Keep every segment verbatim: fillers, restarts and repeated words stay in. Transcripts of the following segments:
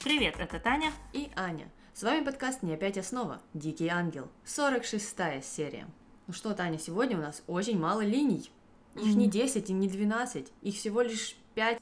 Привет, это Таня и Аня. С вами подкаст «Не опять основа. Дикий ангел». сорок шестая серия. Ну что, Таня, сегодня у нас очень мало линий. Их не десять и не двенадцать, их всего лишь пять.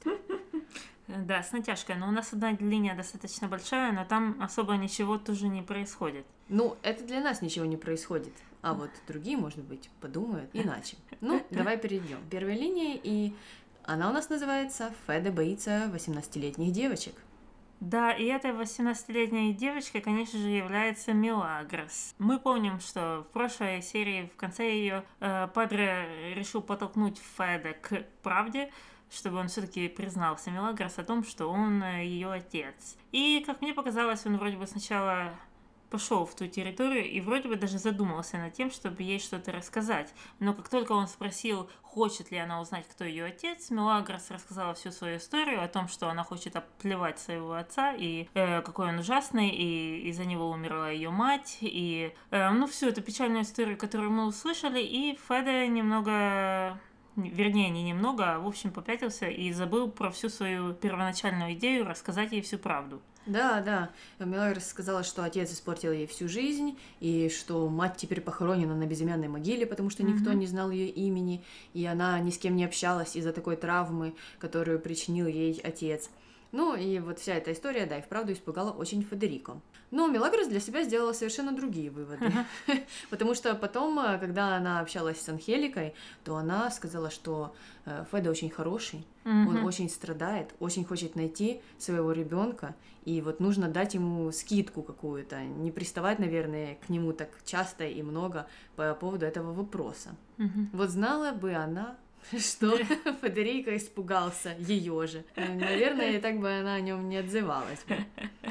Да, с натяжкой, но у нас одна линия достаточно большая, но там особо ничего тоже не происходит. Ну, это для нас ничего не происходит, а вот другие, может быть, подумают иначе. Ну, давай перейдем. Первая линия, и она у нас называется «Феде боится восемнадцатилетних девочек». Да, и этой восемнадцатилетней девочкой, конечно же, является Мелагрос. Мы помним, что в прошлой серии, в конце ее, э, Падре решил подтолкнуть Феде к правде, чтобы он все-таки признался Мелагрос о том, что он ее отец. И, как мне показалось, он вроде бы сначала пошел в ту территорию и вроде бы даже задумался над тем, чтобы ей что-то рассказать. Но как только он спросил, хочет ли она узнать, кто ее отец, Мелагрос рассказала всю свою историю о том, что она хочет оплевать своего отца, и э, какой он ужасный, и из-за него умерла ее мать, и э, ну всю эту печальную историю, которую мы услышали, и Феде немного... Вернее, не немного, а в общем попятился и забыл про всю свою первоначальную идею рассказать ей всю правду. Да, да. Мелагрос сказала, что отец испортил ей всю жизнь, и что мать теперь похоронена на безымянной могиле, потому что никто mm-hmm. не знал ее имени, и она ни с кем не общалась из-за такой травмы, которую причинил ей отец. Ну, и вот вся эта история, да, и вправду испугала очень Федерико. Но Мелагрос для себя сделала совершенно другие выводы. Потому что потом, когда она общалась с Анхеликой, то она сказала, что Феде очень хороший, он очень страдает, очень хочет найти своего ребенка, и вот нужно дать ему скидку какую-то, не приставать, наверное, к нему так часто и много по поводу этого вопроса. Вот знала бы она, что Федерико испугался ее же. Наверное, так бы она о нем не отзывалась бы.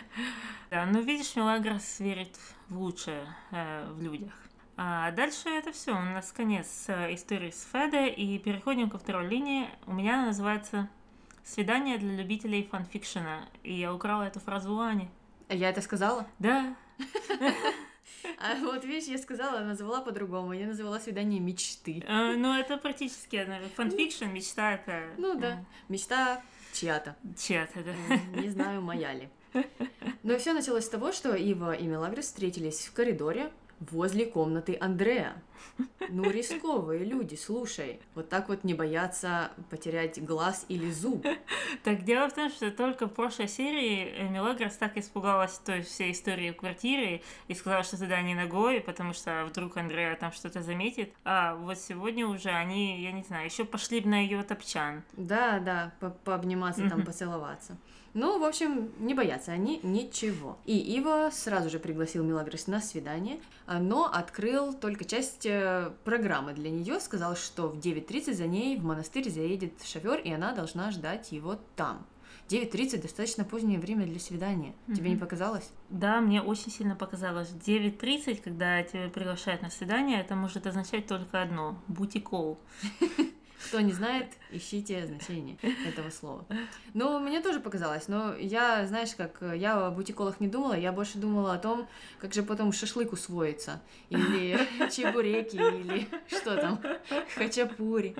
Да, ну видишь, Мелагрос верит в лучшее э, в людях. А дальше это все. У нас конец истории с Феде, и переходим ко второй линии. У меня она называется «Свидание для любителей фанфикшена». И я украла эту фразу у Ани. А я это сказала? Да. А вот, видишь, я сказала, назвала по-другому. Я назвала «Свидание мечты». А, ну, это практически одно. Фанфикшн, мечта это... Ну да, мечта чья-то. Чья-то, да. Не знаю, моя ли. Но все началось с того, что Ива и Мелагрос встретились в коридоре возле комнаты Андреа. Ну, рисковые люди, слушай. Вот так вот не боятся потерять глаз или зуб. Так дело в том, что только в прошлой серии Мелагрос так испугалась той всей истории в квартире и сказала, что туда не ногой, потому что вдруг Андреа там что-то заметит. А вот сегодня уже они, я не знаю, еще пошли бы на ее топчан. Да, да, по пообниматься там, поцеловаться. Ну, в общем, не боятся они ничего. И Ива сразу же пригласил Мелагрос на свидание, но открыл только часть программы для нее, сказал, что в девять тридцать за ней в монастырь заедет шофер, и она должна ждать его там. девять тридцать достаточно позднее время для свидания. Mm-hmm. Тебе не показалось? Да, мне очень сильно показалось. девять тридцать, когда тебя приглашают на свидание, это может означать только одно – бутикол. Кто не знает, ищите значение этого слова. Ну, мне тоже показалось, но я, знаешь, как я о бутиколах не думала, я больше думала о том, как же потом шашлык усвоится, или чебуреки, или что там, хачапури.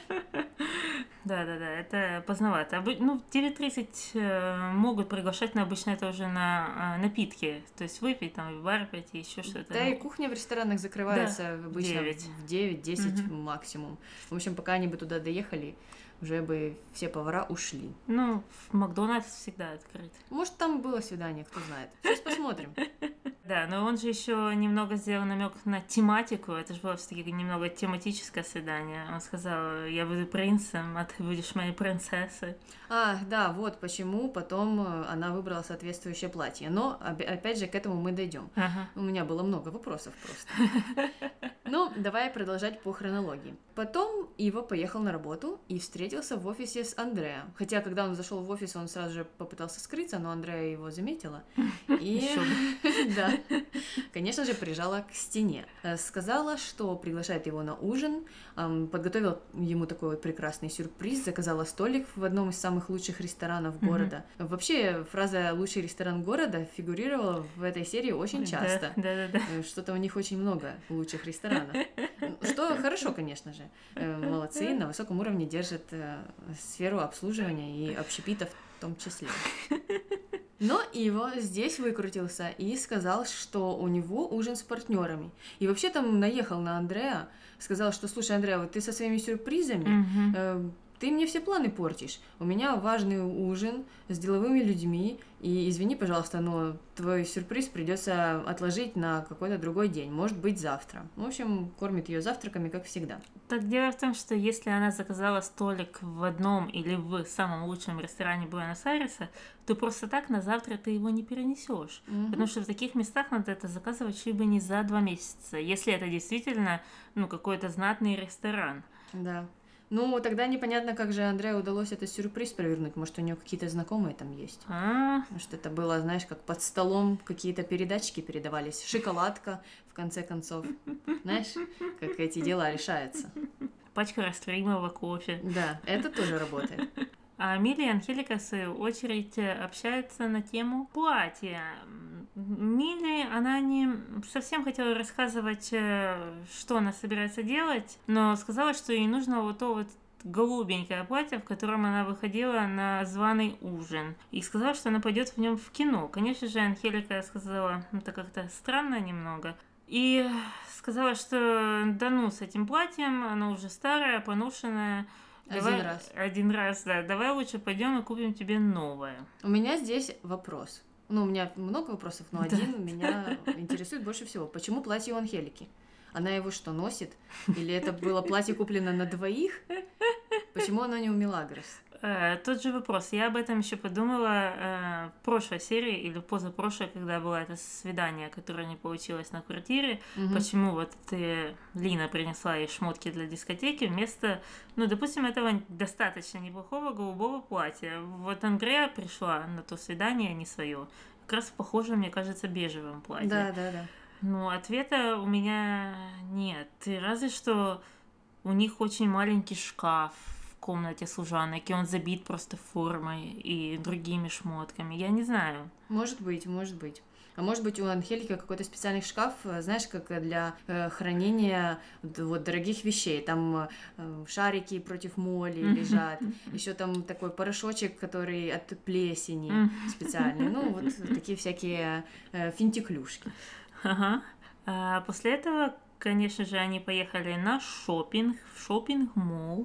Да-да-да, это поздновато. Ну, в девять тридцать могут приглашать, но обычно это уже на напитки, то есть выпить, там, в бар пойти, еще что-то. Да, и кухня в ресторанах закрывается да, обычно в девять-десять угу. максимум. В общем, пока они бы туда доехали, уже бы все повара ушли. Ну, в Макдональдс всегда открыт. Может, там было свидание, кто знает. Сейчас посмотрим. Да, но он же еще немного сделал намек на тематику. Это же было все-таки немного тематическое свидание. Он сказал: я буду принцем, а ты будешь моей принцессой. А, да, вот почему потом она выбрала соответствующее платье. Но, опять же, к этому мы дойдем. Ага. У меня было много вопросов просто. Ну, давай продолжать по хронологии. Потом Ива поехал на работу и встретился в офисе с Андреа. Хотя, когда он зашел в офис, он сразу же попытался скрыться, но Андреа его заметила. И, да, конечно же, прижала к стене. Сказала, что приглашает его на ужин, подготовила ему такой прекрасный сюрприз, заказала столик в одном из самых лучших ресторанов города. Mm-hmm. Вообще, фраза «лучший ресторан города» фигурировала в этой серии очень часто. Да, да, да. Что-то у них очень много лучших ресторанов. Что хорошо, конечно же. Молодцы, на высоком уровне держат сферу обслуживания и общепита в том числе. Но Иво здесь выкрутился и сказал, что у него ужин с партнерами. И вообще там наехал на Андреа, сказал, что, слушай, Андреа, вот ты со своими сюрпризами, Мгм. э, ты мне все планы портишь. У меня важный ужин с деловыми людьми, и извини, пожалуйста, но твой сюрприз придется отложить на какой-то другой день, может быть, завтра. В общем, кормит ее завтраками, как всегда. Так дело в том, что если она заказала столик в одном или в самом лучшем ресторане Буэнос-Айреса, то просто так на завтра ты его не перенесешь. Мгм. Потому что в таких местах надо это заказывать чуть бы не за два месяца, если это действительно ну, какой-то знатный ресторан. Да. Ну, тогда непонятно, как же Андрею удалось этот сюрприз провернуть. Может, у нее какие-то знакомые там есть. А, Может, это было, знаешь, как под столом какие-то передатчики передавались. Шоколадка, в конце концов. Знаешь, как эти дела решаются. пачка растворимого кофе. Да, это тоже работает. А Милли и Анхелика, в свою очередь, общаются на тему платья. Милли, она не совсем хотела рассказывать, э, что она собирается делать, но сказала, что ей нужно вот то вот голубенькое платье, в котором она выходила на званый ужин. И сказала, что она пойдет в нем в кино. Конечно же, Анхелика сказала, это как-то странно немного. И сказала, что да ну с этим платьем, оно уже старое, поношенное. Один Давай- раз. Один раз, да. Давай лучше пойдем и купим тебе новое. У меня здесь вопрос. Ну, у меня много вопросов, но Да. один меня интересует больше всего. Почему платье у Анхелики? Она его что, носит? Или это было платье куплено на двоих? Почему оно не у Милагрос? Э, тот же вопрос. Я об этом еще подумала э, в прошлой серии или позапрошлой, когда было это свидание, которое не получилось на квартире. Мгм. Почему вот ты, Лина принесла ей шмотки для дискотеки вместо, ну, допустим, этого достаточно неплохого голубого платья. Вот Андреа пришла на то свидание, не свое. Как раз в похожем, мне кажется, бежевом платье. Да, да, да. Ну, ответа у меня нет. И разве что у них очень маленький шкаф в комнате служанок, и он забит просто формой и другими шмотками. Я не знаю. Может быть, может быть. А может быть, у Анхелики какой-то специальный шкаф, э, знаешь, как для э, хранения д- вот, дорогих вещей. Там э, шарики против моли лежат. Еще там такой порошочек, который от плесени Мгм. специальный. Ну, вот такие всякие э, финтиклюшки. Ага. А после этого, конечно же, они поехали на шопинг, в шопинг-молл.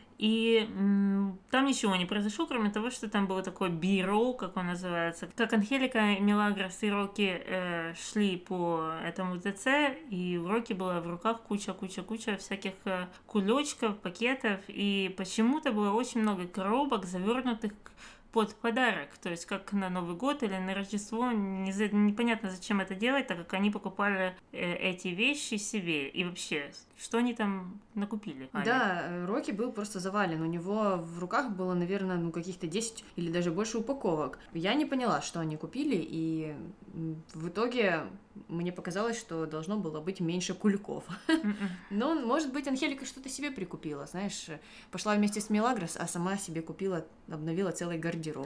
И м, там ничего не произошло, кроме того, что там был такой би-ролл, как он называется. Как Анхелика, Милагрос и Рокки э, шли по этому ТЦ, и у Рокки была в руках куча-куча-куча всяких э, кулечков, пакетов, и почему-то было очень много коробок, завернутых под подарок, то есть как на Новый год или на Рождество, не за- непонятно зачем это делать, так как они покупали э, эти вещи себе. И вообще, что они там накупили? Аня? Да, э, Рокки был просто завален. У него в руках было, наверное, ну каких-то десять или даже больше упаковок. Я не поняла, что они купили, и м, в итоге мне показалось, что должно было быть меньше кульков. Мгм. Но, может быть, Анхелика что-то себе прикупила, знаешь, пошла вместе с Милагрос, а сама себе купила, обновила целый гардероб.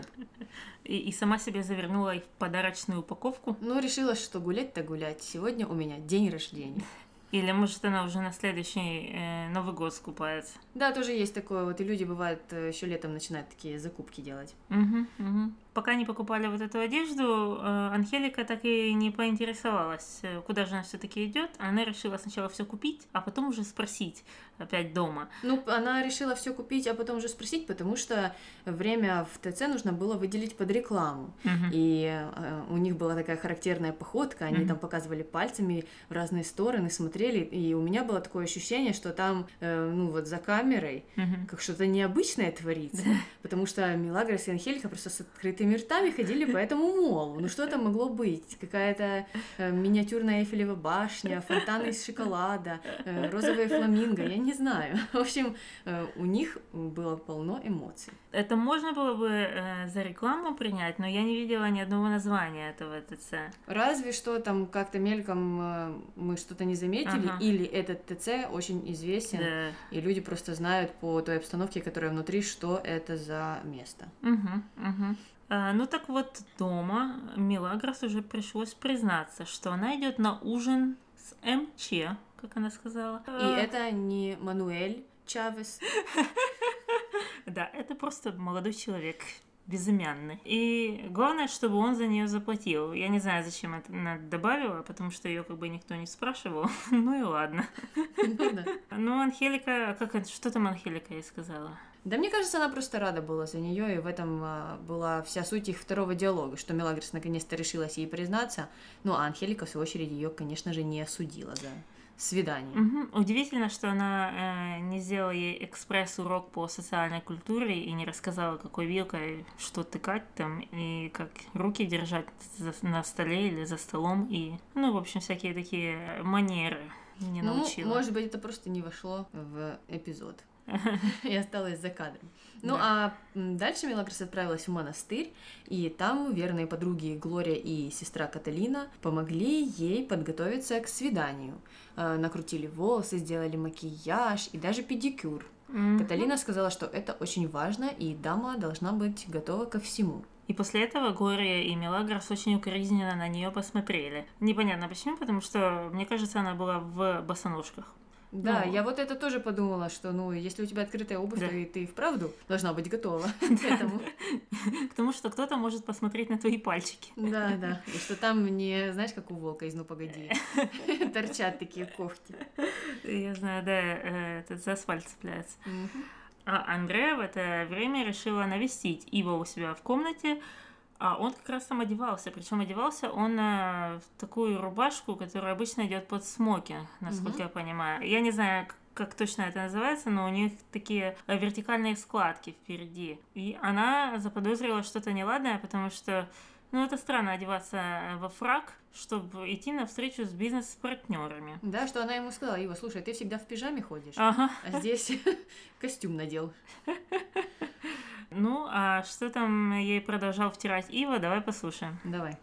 И, и сама себе завернула их в подарочную упаковку. Ну, решила, что гулять-то гулять. Сегодня у меня день рождения. Или, может, она уже на следующий э, Новый год скупается. Да, тоже есть такое. Вот и люди, бывает, еще летом начинают такие закупки делать. Мгм, мгм. Пока не покупали вот эту одежду, э, Анхелика так и не поинтересовалась, э, куда же она все-таки идет. Она решила сначала все купить, а потом уже спросить опять дома. Ну, она решила все купить, а потом уже спросить, потому что время в ТЦ нужно было выделить под рекламу. Мгм. И э, у них была такая характерная походка, они Мгм. там показывали пальцами в разные стороны, смотрели, и у меня было такое ощущение, что там, э, ну вот за камерой, Мгм. как что-то необычное творится, потому что Милагрос и Анхелика просто с открытыми ртами ходили по этому молу. Ну что это могло быть? Какая-то э, миниатюрная Эйфелева башня, фонтаны из шоколада, э, розовые фламинго, я не знаю. В общем, э, у них было полно эмоций. Это можно было бы э, за рекламу принять, но я не видела ни одного названия этого ТЦ. Разве что там как-то мельком э, мы что-то не заметили, Ага. или этот ТЦ очень известен, Да. и люди просто знают по той обстановке, которая внутри, что это за место. Мгм, мгм. А, ну так вот, дома Милагрос уже пришлось признаться, что она идет на ужин с МЧ, как она сказала. И это не Мануэль Чавес. Да, это просто молодой человек. безымянный. И главное, чтобы он за нее заплатил. Я не знаю, зачем это она добавила, потому что ее как бы никто не спрашивал. Ну и ладно. Ну да. Ну, Анхелика, как это, что там Анхелика ей сказала? Да мне кажется, она просто рада была за нее, и в этом а, была вся суть их второго диалога, что Мелагрос наконец-то решилась ей признаться, ну а Анхелика, в свою очередь, ее, конечно же, не осудила за свидание. Угу. Удивительно, что она э, не сделала ей экспресс-урок по социальной культуре и не рассказала, какой вилкой что тыкать там, и как руки держать за, на столе или за столом, и, ну, в общем, всякие такие манеры не ну, научила. Может быть, это просто не вошло в эпизод. И осталась за кадром. Ну, Да. а дальше Мелагрос отправилась в монастырь, и там верные подруги Глория и сестра Каталина помогли ей подготовиться к свиданию. Э, Накрутили волосы, сделали макияж и даже педикюр. Мгм. Каталина сказала, что это очень важно, и дама должна быть готова ко всему. И после этого Глория и Мелагрос очень укоризненно на нее посмотрели. Непонятно почему, потому что, мне кажется, она была в босоножках. Да, Ну. я вот это тоже подумала, что, ну, если у тебя открытая обувь, Да. то и ты вправду должна быть готова к этому. К тому, что кто-то может посмотреть на твои пальчики. Да, да. И что там не, знаешь, как у волка из «Ну, погоди», торчат такие когти. Я знаю, да, э, этот за асфальт цепляется. Мгм. А Андреа в это время решила навестить Ива у себя в комнате, а он как раз там одевался. Причем одевался он э, в такую рубашку, которая обычно идет под смокинг, насколько Мгм. я понимаю. Я не знаю, к- как точно это называется, но у них такие э, вертикальные складки впереди. И она заподозрила что-то неладное, потому что, ну, это странно одеваться э, во фрак, чтобы идти на встречу с бизнес-партнерами. Да, что она ему сказала: Ива, слушай, ты всегда в пижаме ходишь, Ага. а здесь костюм надел. Ну, а что там ей продолжал втирать Ива, давай послушаем. Давай.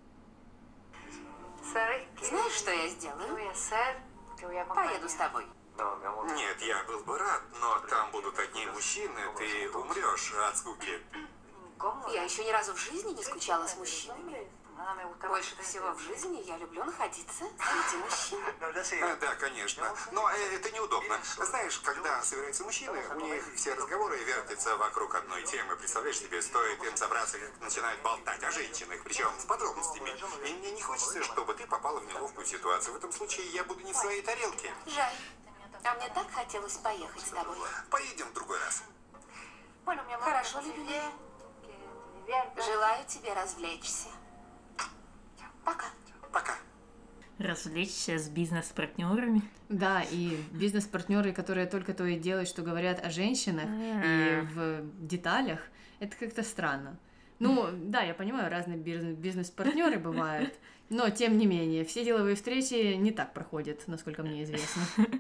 Знаешь, что я сделаю? Поеду с тобой. Нет, я был бы рад, но там будут одни мужчины, ты умрешь от скуки. Я еще ни разу в жизни не скучала с мужчинами. Больше всего в жизни я люблю находиться среди мужчин. А, да, конечно. Но э, это неудобно. Знаешь, когда собираются мужчины, у них все разговоры вертятся вокруг одной темы. Представляешь себе, стоит им собраться, как начинают болтать о женщинах, причем с подробностями. И мне не хочется, чтобы ты попала в неловкую ситуацию. В этом случае я буду не в своей тарелке. Жаль. А мне так хотелось поехать с тобой. Поедем в другой раз. Хорошо, любимая. Желаю тебе развлечься. Пока. Пока. Развлечься с бизнес-партнерами. Да, и бизнес-партнеры, которые только то и делают, что говорят о женщинах и в деталях, это как-то странно. Ну, да, я понимаю, разные биз- бизнес-партнеры бывают, но тем не менее, все деловые встречи не так проходят, насколько мне известно.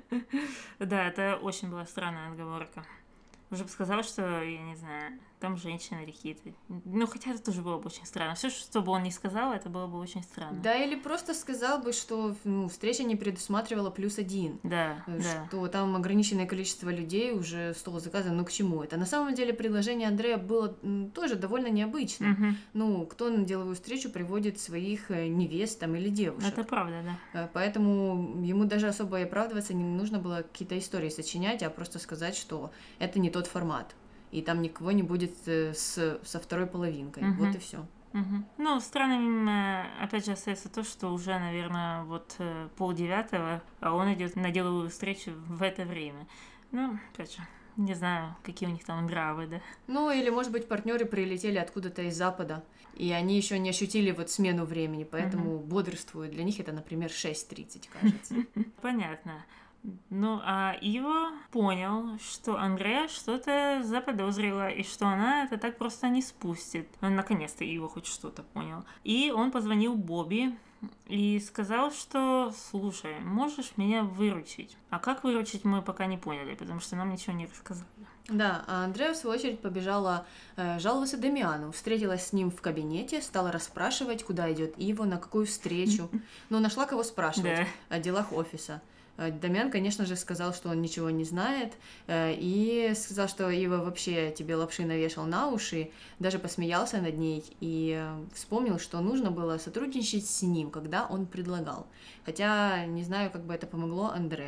Да, это очень была странная отговорка. Уже бы сказал, что, я не знаю, там женщины или какие-то. Ну, хотя это тоже было бы очень странно. Все, что бы он не сказал, это было бы очень странно. Да, или просто сказал бы, что ну, встреча не предусматривала плюс один. Да, да. Что там ограниченное количество людей, уже стол заказан, ну к чему это? На самом деле предложение Андрея было м, тоже довольно необычным. Мгм. Ну, кто на деловую встречу приводит своих э, невест там или девушек? Это правда, да. Э, Поэтому ему даже особо и оправдываться не нужно было какие-то истории сочинять, а просто сказать, что это не тот формат. И там никого не будет э, с, со второй половинкой. Мгм. Вот и все. Мгм. Ну, странным, э, опять же, остается то, что уже, наверное, вот э, полдевятого, а он идет на деловую встречу в это время. Ну, опять же, не знаю, какие у них там нравы, да. Ну, или, может быть, партнеры прилетели откуда-то из Запада, и они еще не ощутили вот смену времени, поэтому бодрствуют. Для них это, например, шесть тридцать, кажется. Понятно. Ну, а Ива понял, что Андреа что-то заподозрила, и что она это так просто не спустит. Ну, наконец-то Ива хоть что-то понял. И он позвонил Бобби и сказал, что, слушай, можешь меня выручить? А как выручить, мы пока не поняли, потому что нам ничего не рассказали. Да, а Андреа, в свою очередь, побежала э, жаловаться Дамиану, встретилась с ним в кабинете, стала расспрашивать, куда идет Ива, на какую встречу. Ну, нашла кого спрашивать Да. о делах офиса. Э, Дамиан, конечно же, сказал, что он ничего не знает, э, и сказал, что Ива вообще тебе лапши навешал на уши, даже посмеялся над ней и э, вспомнил, что нужно было сотрудничать с ним, когда он предлагал. Хотя не знаю, как бы это помогло Андреа.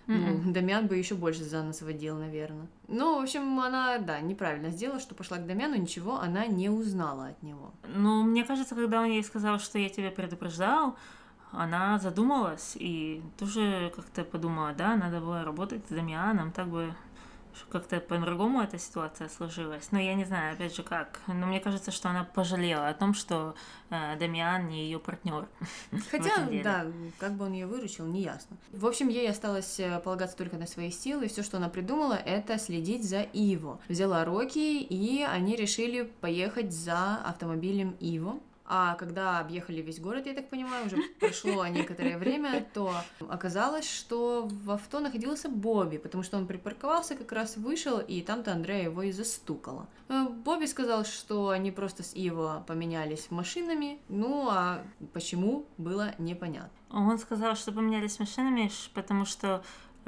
Ну, Дамиан бы еще больше за нос водил, наверное. Ну, в общем, она, да, неправильно сделала, что пошла к Дамиану, ничего она не узнала от него. Ну, мне кажется, когда он ей сказал, что я тебя предупреждал, она задумалась и тоже как-то подумала, да, надо было работать с Дамианом, так бы как-то по-другому эта ситуация сложилась. Но я не знаю, опять же, как. Но мне кажется, что она пожалела о том, что э, Дамиан не ее партнер. Хотя, да, как бы он ее выручил, не ясно. В общем, ей осталось полагаться только на свои силы, и все, что она придумала, это следить за Иво. Взяла Рокки, и они решили поехать за автомобилем Иво. А когда объехали весь город, я так понимаю, уже прошло некоторое время, то оказалось, что в авто находился Бобби, потому что он припарковался, как раз вышел, и там-то Андреа его и застукала. Бобби сказал, что они просто с Иво поменялись машинами, ну а почему, было непонятно. Он сказал, что поменялись машинами, потому что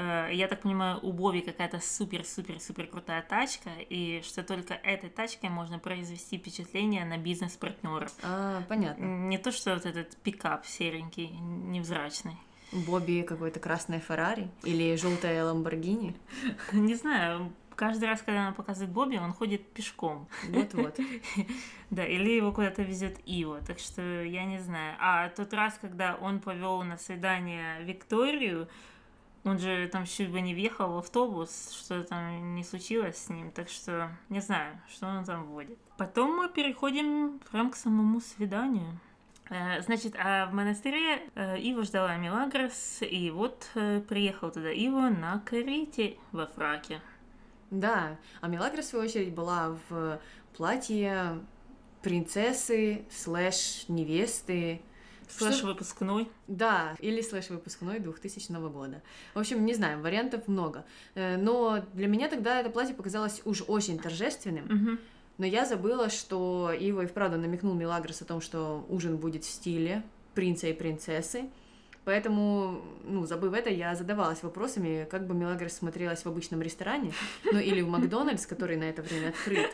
я так понимаю, у Бобби какая-то супер-супер-супер крутая тачка, и что только этой тачкой можно произвести впечатление на бизнес-партнера. А, понятно. Не то, что вот этот пикап серенький, невзрачный. Бобби какой-то красный Феррари или желтая Ламборгини? Не знаю. Каждый раз, когда она показывает Бобби, он ходит пешком. Вот-вот. Да, или его куда-то везет Иво, так что я не знаю. А тот раз, когда он повел на свидание Викторию, он же там чуть бы не въехал в автобус, что там не случилось с ним, так что не знаю, что он там водит. Потом мы переходим прям к самому свиданию. Значит, а в монастыре Иво ждала Мелагрос, и вот приехал туда Иво на карете во фраке. Да, а Мелагрос, в свою очередь, была в платье принцессы слэш невесты. Слэш-выпускной. Да, или слэш-выпускной двухтысячного года. В общем, не знаю, вариантов много. Но для меня тогда это платье показалось уж очень торжественным. Угу. Но я забыла, что Иво и вправду намекнул Мелагрос о том, что ужин будет в стиле принца и принцессы. Поэтому, ну, забыв это, я задавалась вопросами, как бы Мелагрос смотрелась в обычном ресторане, ну, или в Макдональдс, который на это время открыт.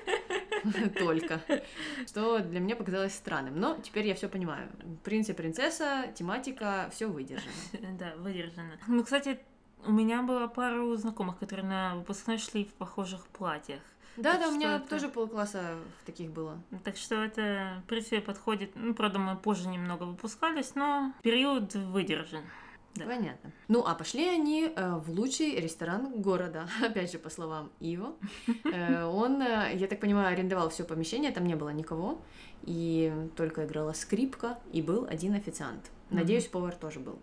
Только. Что для меня показалось странным. Но теперь я все понимаю. Принц и принцесса, тематика, все выдержано. Да, выдержано. Ну, кстати, у меня было пару знакомых, которые на выпускной шли в похожих платьях. Да, так да, у меня это... тоже полкласса в таких было. Так что это, в принципе, подходит. Ну, правда, мы позже немного выпускались, но период выдержан. Да. Понятно. Ну, а пошли они э, в лучший ресторан города, опять же, по словам Иво. Э, он, э, я так понимаю, арендовал все помещение, там не было никого, и только играла скрипка, и был один официант. Надеюсь, повар тоже был.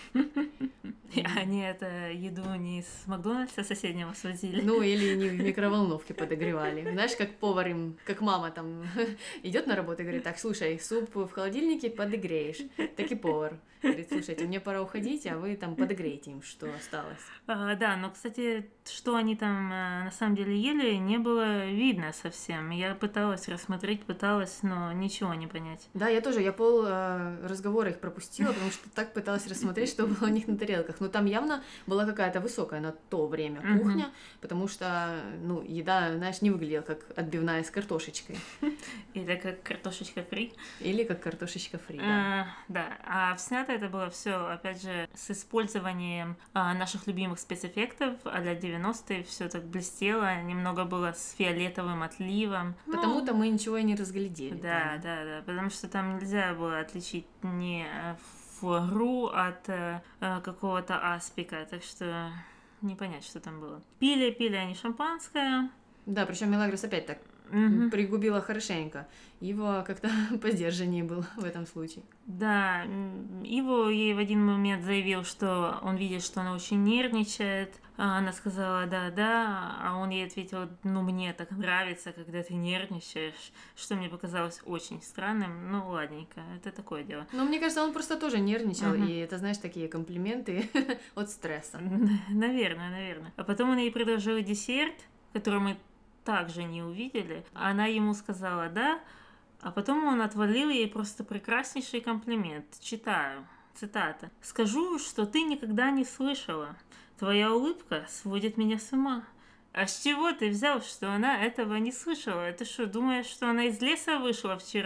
Они это еду не с Макдональдса соседнего свозили. Ну, или не в микроволновке подогревали. Знаешь, как повар им, как мама там идет на работу и говорит: так, слушай, суп в холодильнике подогреешь. Так и повар говорит: слушайте, мне пора уходить, а вы там подогреете им, что осталось. А, да, но, кстати, что они там на самом деле ели, не было видно совсем. Я пыталась рассмотреть, пыталась, но ничего не понять. Да, я тоже, я пол э, разговора их пропустила, потому что так пыталась рассмотреть, что было у них на тарелках. Но там явно была какая-то высокая на то время кухня, mm-hmm. потому что, ну, еда, знаешь, не выглядела как отбивная с картошечкой. Или как картошечка фри. Или как картошечка фри, да. А, да, а снято это было все, опять же, с использованием а, наших любимых спецэффектов а-ля девяностые, все так блестело, немного было с фиолетовым отливом. Потому-то мы ничего и не разглядели. Да, там. да, да, потому что там нельзя было отличить ни фуагру от э, какого-то аспика, так что не понять, что там было. Пили, пили они шампанское. Да, причем Мелагрос опять так угу. пригубила хорошенько. Иво как-то посдержаннее был в этом случае. Да, Иво ей в один момент заявил, что он видит, что она очень нервничает. А она сказала «да-да», а он ей ответил: «ну, мне так нравится, когда ты нервничаешь», что мне показалось очень странным. Ну, ладненько, это такое дело. Ну, мне кажется, он просто тоже нервничал, uh-huh. и это, знаешь, такие комплименты от стресса. Наверное, наверное. А потом он ей предложил десерт, который мы также не увидели. Она ему сказала «да», а потом он отвалил ей просто прекраснейший комплимент. Читаю, цитата: «Скажу, что ты никогда не слышала. Твоя улыбка сводит меня с ума. А с чего ты взял, что она этого не слышала? Ты что, думаешь, что она из леса вышла вчера?»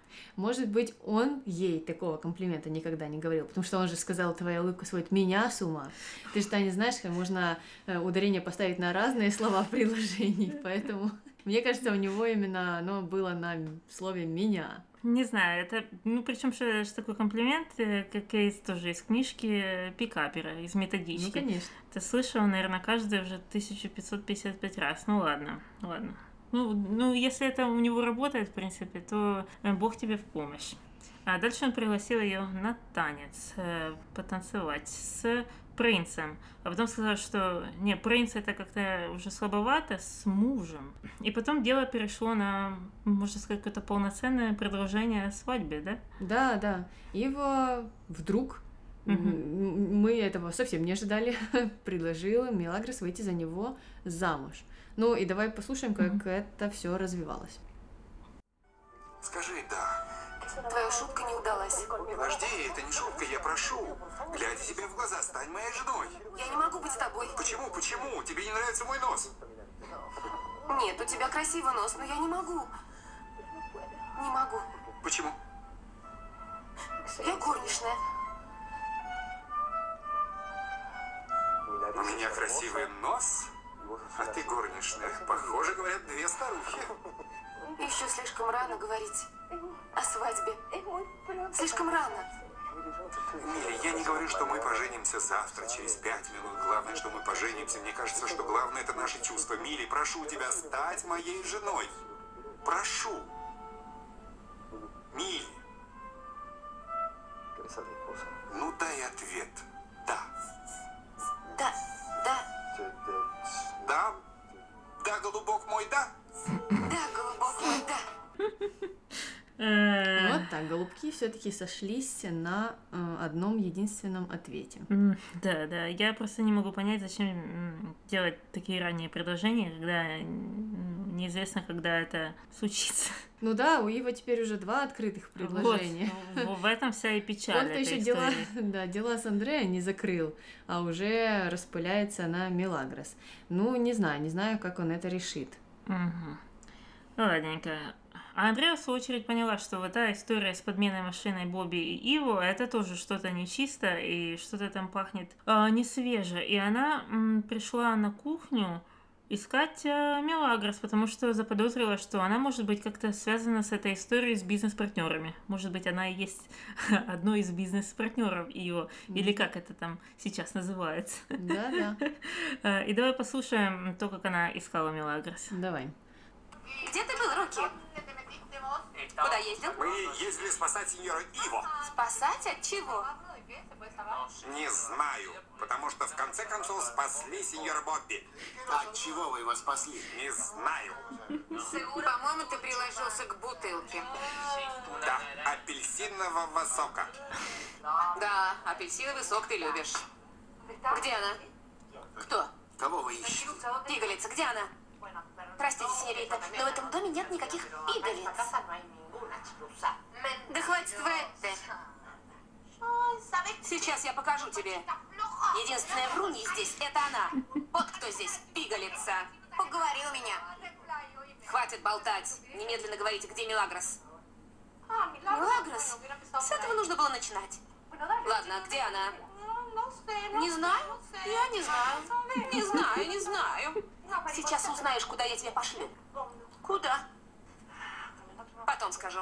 Может быть, он ей такого комплимента никогда не говорил, потому что он же сказал, твоя улыбка сводит меня с ума. Ты же, Таня, знаешь, можно ударение поставить на разные слова в предложении, поэтому мне кажется, у него именно оно было на слове «меня». Не знаю, это, ну, причем что, что такой комплимент, как из, тоже из книжки Пикапера, из методички. Ну, конечно. Ты слышала, наверное, каждый уже тысяча пятьсот пятьдесят пять раз. Ну, ладно, ладно. Ну, ну, если это у него работает, в принципе, то Бог тебе в помощь. А дальше он пригласил ее на танец, потанцевать с принцем. А потом сказал, что не, принц это как-то уже слабовато, с мужем. И потом дело перешло на, можно сказать, какое-то полноценное продолжение свадьбы, да? Да, да. Его вдруг, mm-hmm. мы этого совсем не ожидали, предложил Мелагрос выйти за него замуж. Ну и давай послушаем, как mm-hmm. это все развивалось. Скажи «да». Твоя шутка не удалась. Подожди, это не шутка, я прошу. Глядя тебе в глаза, стань моей женой. Я не могу быть с тобой. Почему, почему? Тебе не нравится мой нос? Нет, у тебя красивый нос, но я не могу. Не могу. Почему? Я горничная. У меня красивый нос, а ты горничная. Похоже, говорят, две старухи. Еще слишком рано говорить о свадьбе. Слишком рано. Миля, я не говорю, что мы поженимся завтра, через пять минут. Главное, что мы поженимся. Мне кажется, что главное это наши чувства. Милли, прошу тебя стать моей женой. Прошу. Милли. Ну дай ответ. Да. Да, да. Да? Да, голубок мой, да? Да, голубок мой, да. Вот так, голубки все-таки сошлись на э, одном единственном ответе. Да, да, я просто не могу понять, зачем делать такие ранние предложения, когда неизвестно, когда это случится. Ну да, у Ива теперь уже два открытых предложения. Вот, в этом вся и печаль Он-то этой еще истории. дела, да, дела с Андреа не закрыл, а уже распыляется на Мелагрос. Ну, не знаю, не знаю, как он это решит. Угу. Ну, ладненько. А Андреа, в свою очередь, поняла, что вот та история с подменой машиной Бобби и Иво, это тоже что-то нечисто, и что-то там пахнет э, не свеже. И она м, пришла на кухню искать э, Мелагрос, потому что заподозрила, что она может быть как-то связана с этой историей с бизнес-партнерами. Может быть, она и есть одной из бизнес-партнеров Иво, или как это там сейчас называется. Да, да. И давай послушаем то, как она искала Мелагрос. Давай. Где ты был, Рокки? Куда ездил? Мы ездили спасать сеньора Иво. Спасать от чего? Не знаю, потому что в конце концов спасли сеньора Бобби. От чего вы его спасли? Не знаю. По-моему, ты приложился к бутылке. Да, апельсинового сока. Да, апельсиновый сок ты любишь. Где она? Кто? Кого вы ищете? Пигалица, где она? Простите, сеньорита, но в этом доме нет никаких пигалиц. Да хватит врать-то. Сейчас я покажу тебе. Единственная врунья здесь — это она. Вот кто здесь пигалица. Уговорил меня. Хватит болтать. Немедленно говорите, где Мелагрос. Мелагрос? С этого нужно было начинать. Ладно, где она? Не знаю. Я не знаю. Не знаю, не знаю. Сейчас узнаешь, куда я тебя пошлю. Куда? Потом скажу.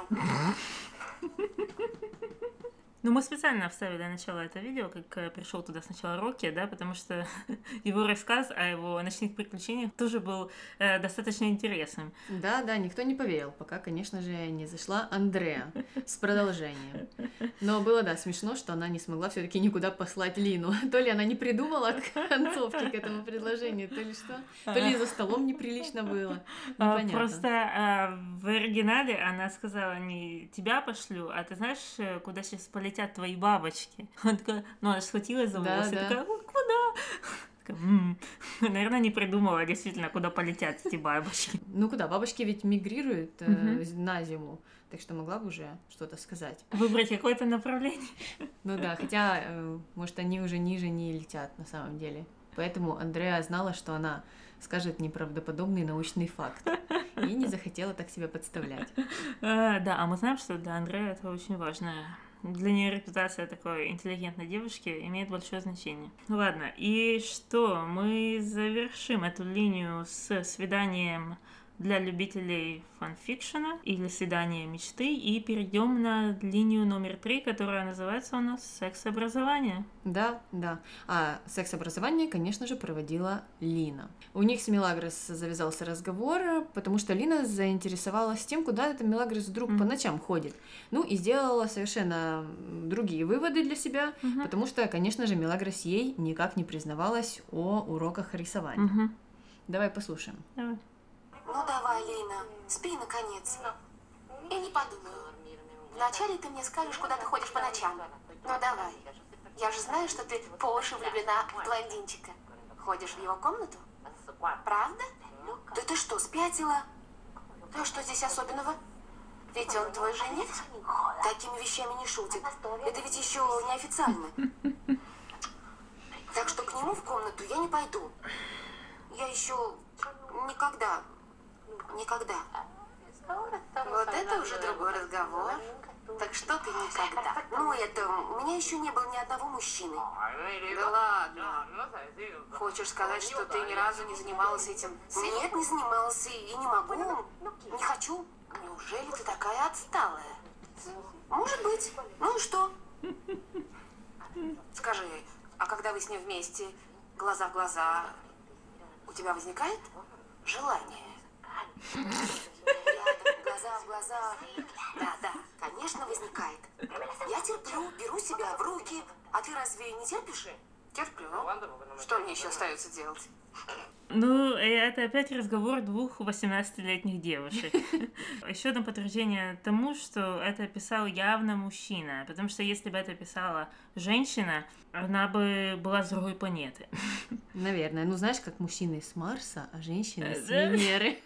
Ну, мы специально вставили начало это видео, как пришел туда сначала Рокки, да, потому что его рассказ о его ночных приключениях тоже был э, достаточно интересным. Да, да, никто не поверил, пока, конечно же, не зашла Андреа с продолжением. Но было, да, смешно, что она не смогла все-таки никуда послать Лину. То ли она не придумала к концовке к этому предложению, то ли что. То ли за столом неприлично было. Непонятно. Просто э, в оригинале она сказала не тебя пошлю, а ты знаешь, куда сейчас полететь твои бабочки. Она такая, ну она схватилась за волосы, да, да. Такая, куда? Такая, м-м. Наверное, не придумала действительно, куда полетят эти бабочки. Ну куда, бабочки ведь мигрируют э, угу. на зиму, так что могла бы уже что-то сказать. Выбрать какое-то направление. Ну да, хотя, э, может, они уже ниже не летят на самом деле. Поэтому Андреа знала, что она скажет неправдоподобный научный факт. и не захотела так себя подставлять. А, да, а мы знаем, что для Андрея это очень важно. Для нее репутация такой интеллигентной девушки имеет большое значение. Ладно, и что? Мы завершим эту линию с свиданием для любителей фанфикшена или свидания мечты и перейдем на линию номер три, которая называется у нас «Секс-образование». Да, да. А секс-образование, конечно же, проводила Лина. У них с Мелагрос завязался разговор, потому что Лина заинтересовалась тем, куда это Мелагрос вдруг mm-hmm. по ночам ходит. Ну и сделала совершенно другие выводы для себя, mm-hmm. потому что, конечно же, Мелагрос ей никак не признавалась о уроках рисования. Mm-hmm. Давай послушаем. Давай. Ну давай, Лина, спи наконец. Я не подумаю. Вначале ты мне скажешь, куда ты ходишь по ночам. Ну давай. Я же знаю, что ты по уши влюблена в блондинчика. Ходишь в его комнату? Правда? Да ты что, спятила? А что здесь особенного? Ведь он твой жених? Такими вещами не шутит. Это ведь еще неофициально. Так что к нему в комнату я не пойду. Я еще никогда... Никогда. Вот это уже другой разговор. Так что ты никогда? Ну это, у меня еще не было ни одного мужчины. Да ладно. Хочешь сказать, что ты ни разу не занималась этим? Нет, не занималась и не могу. Не хочу. Неужели ты такая отсталая? Может быть. Ну и что? Скажи, а когда вы с ним вместе, глаза в глаза, у тебя возникает желание? Рядом, глаза в глаза. Да, да, конечно, возникает. Я терплю, беру себя в руки. А ты разве не терпишь? Терплю. Что мне еще остается делать? Ну, это опять разговор двух восемнадцатилетних девушек. Еще одно подтверждение тому, что это писал явно мужчина. Потому что если бы это писала женщина, она бы была с другой планеты. Наверное. Ну, знаешь, как мужчины с Марса, а женщины с Венеры.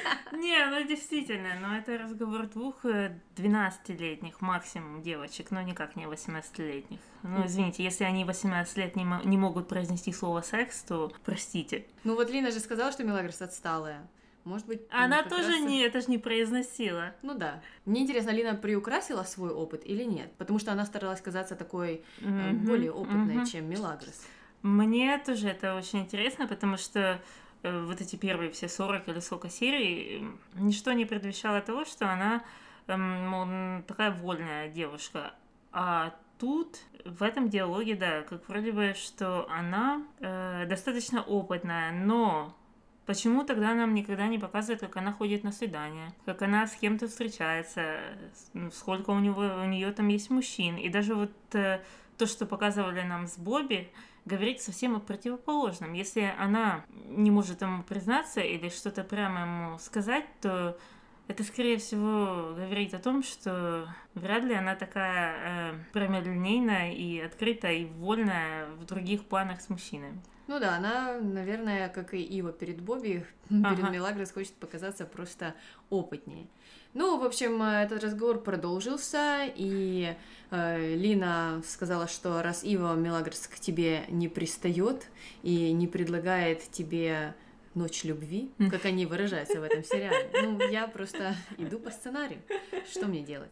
Не, ну действительно, но это разговор двух двенадцатилетних максимум девочек, но никак не восемнадцатилетних. Ну, извините, если они восемнадцать лет не, м- не могут произнести слово «секс», то простите. Ну вот Лина же сказала, что Мелагрос отсталая. Может быть, она ну, тоже раз... не, это же не произносила. Ну да. Мне интересно, Лина приукрасила свой опыт или нет? Потому что она старалась казаться такой mm-hmm, более опытной, mm-hmm. чем Мелагрос. Мне тоже это очень интересно, потому что э, вот эти первые все сорок или сколько серий, э, ничто не предвещало того, что она э, мол, такая вольная девушка. А тут, в этом диалоге, да, как вроде бы, что она э, достаточно опытная, но почему тогда нам никогда не показывают, как она ходит на свидания, как она с кем-то встречается, сколько у него, у нее там есть мужчин. И даже вот э, то, что показывали нам с Бобби, говорит совсем о противоположном. Если она не может ему признаться или что-то прямо ему сказать, то это, скорее всего, говорит о том, что вряд ли она такая э, прямолинейная и открытая и вольная в других планах с мужчинами. Ну да, она, наверное, как и Ива перед Бобби, ага. перед Мелагрос хочет показаться просто опытнее. Ну, в общем, этот разговор продолжился, и э, Лина сказала, что раз Ива Мелагрос к тебе не пристает и не предлагает тебе ночь любви, как они выражаются в этом сериале, ну, я просто иду по сценарию, что мне делать?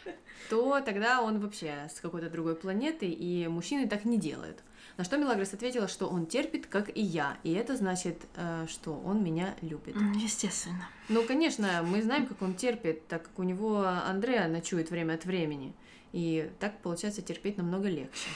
То тогда он вообще с какой-то другой планеты, и мужчины так не делают. На что Мелагрос ответила, что он терпит, как и я, и это значит, что он меня любит. Естественно. Ну, конечно, мы знаем, как он терпит, так как у него Андреа ночует время от времени, и так, получается, терпеть намного легче.